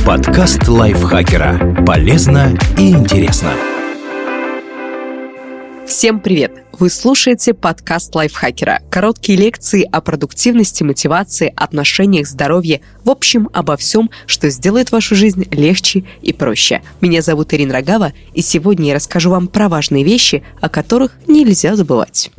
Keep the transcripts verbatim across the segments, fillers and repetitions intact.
Подкаст лайфхакера. Полезно и интересно. Всем привет! Вы слушаете подкаст лайфхакера. Короткие лекции о продуктивности, мотивации, отношениях, здоровье. В общем, обо всем, что сделает вашу жизнь легче и проще. Меня зовут Ирина Рогава, и сегодня я расскажу вам про важные вещи, о которых нельзя забывать.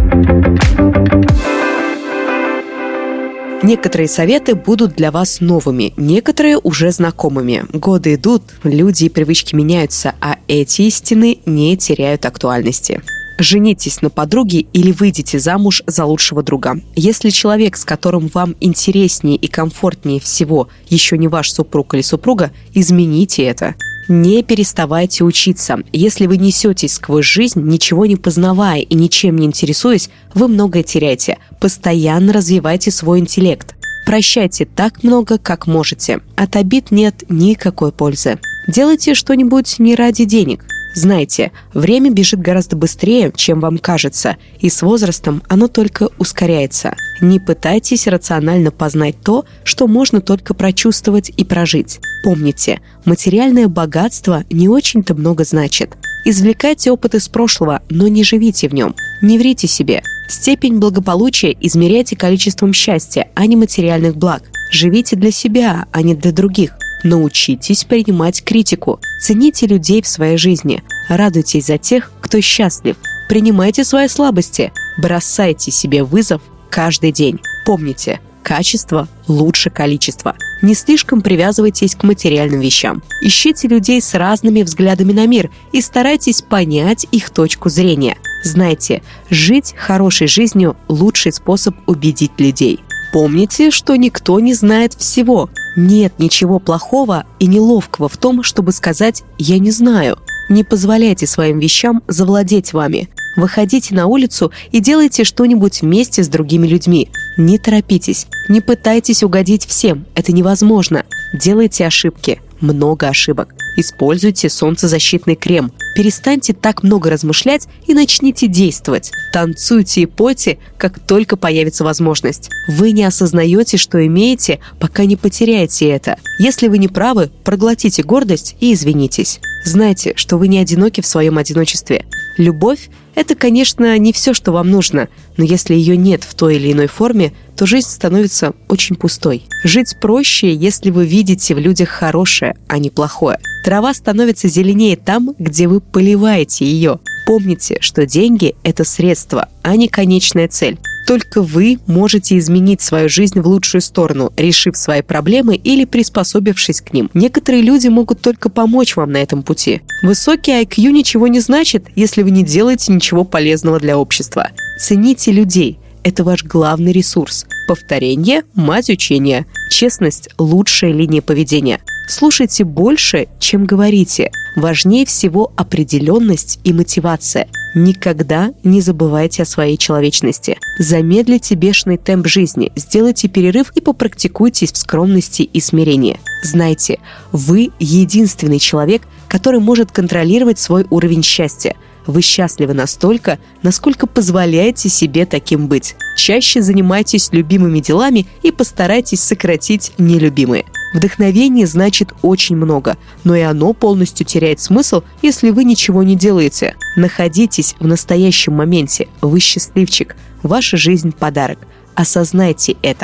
Некоторые советы будут для вас новыми, некоторые уже знакомыми. Годы идут, люди и привычки меняются, а эти истины не теряют актуальности. Женитесь на подруге или выйдите замуж за лучшего друга. Если человек, с которым вам интереснее и комфортнее всего, еще не ваш супруг или супруга, измените это. Не переставайте учиться. Если вы несетесь сквозь жизнь, ничего не познавая и ничем не интересуясь, вы многое теряете. Постоянно развивайте свой интеллект. Прощайте так много, как можете. От обид нет никакой пользы. Делайте что-нибудь не ради денег. Знайте, время бежит гораздо быстрее, чем вам кажется, и с возрастом оно только ускоряется. Не пытайтесь рационально познать то, что можно только прочувствовать и прожить. Помните, материальное богатство не очень-то много значит. Извлекайте опыт из прошлого, но не живите в нем. Не врите себе. Степень благополучия измеряйте количеством счастья, а не материальных благ. Живите для себя, а не для других. Научитесь принимать критику. Цените людей в своей жизни. Радуйтесь за тех, кто счастлив. Принимайте свои слабости. Бросайте себе вызов каждый день. Помните, качество лучше количества. Не слишком привязывайтесь к материальным вещам. Ищите людей с разными взглядами на мир и старайтесь понять их точку зрения. Знайте, жить хорошей жизнью – лучший способ убедить людей. Помните, что никто не знает всего. Нет ничего плохого и неловкого в том, чтобы сказать «я не знаю». Не позволяйте своим вещам завладеть вами. Выходите на улицу и делайте что-нибудь вместе с другими людьми. Не торопитесь, не пытайтесь угодить всем, это невозможно. Делайте ошибки, много ошибок. Используйте солнцезащитный крем. Перестаньте так много размышлять и начните действовать. Танцуйте и пойте, как только появится возможность. Вы не осознаете, что имеете, пока не потеряете это. Если вы не правы, проглотите гордость и извинитесь. Знайте, что вы не одиноки в своем одиночестве. Любовь – это, конечно, не все, что вам нужно, но если ее нет в той или иной форме, то жизнь становится очень пустой. Жить проще, если вы видите в людях хорошее, а не плохое. Трава становится зеленее там, где вы поливаете ее. Помните, что деньги – это средство, а не конечная цель. Только вы можете изменить свою жизнь в лучшую сторону, решив свои проблемы или приспособившись к ним. Некоторые люди могут только помочь вам на этом пути. Высокий ай кью ничего не значит, если вы не делаете ничего полезного для общества. Цените людей. Это ваш главный ресурс. Повторение – мать учения. Честность – лучшая линия поведения. Слушайте больше, чем говорите. Важнее всего определенность и мотивация. Никогда не забывайте о своей человечности. Замедлите бешеный темп жизни, сделайте перерыв и попрактикуйтесь в скромности и смирении. Знайте, вы единственный человек, который может контролировать свой уровень счастья. Вы счастливы настолько, насколько позволяете себе таким быть. Чаще занимайтесь любимыми делами и постарайтесь сократить нелюбимые. Вдохновение значит очень много, но и оно полностью теряет смысл, если вы ничего не делаете. Находитесь в настоящем моменте. Вы счастливчик. Ваша жизнь – подарок. Осознайте это.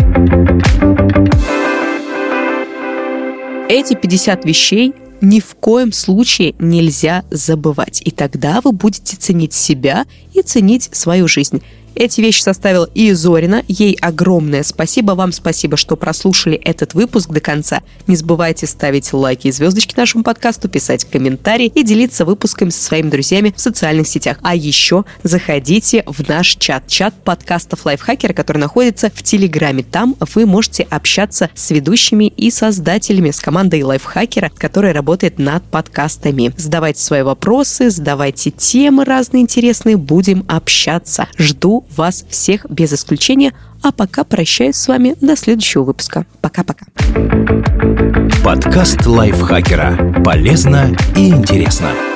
Эти пятьдесят вещей ни в коем случае нельзя забывать. И тогда вы будете ценить себя и ценить свою жизнь. Эти вещи составила и Зорина. Ей огромное спасибо. Вам спасибо, что прослушали этот выпуск до конца. Не забывайте ставить лайки и звездочки нашему подкасту, писать комментарии и делиться выпусками со своими друзьями в социальных сетях. А еще заходите в наш чат. Чат подкастов лайфхакера, который находится в Телеграме. Там вы можете общаться с ведущими и создателями, с командой лайфхакера, которая работает над подкастами. Задавайте свои вопросы, задавайте темы разные интересные. Будем общаться. Жду вас всех без исключения. А пока прощаюсь с вами до следующего выпуска. Пока-пока. Подкаст лайфхакера. Полезно и интересно.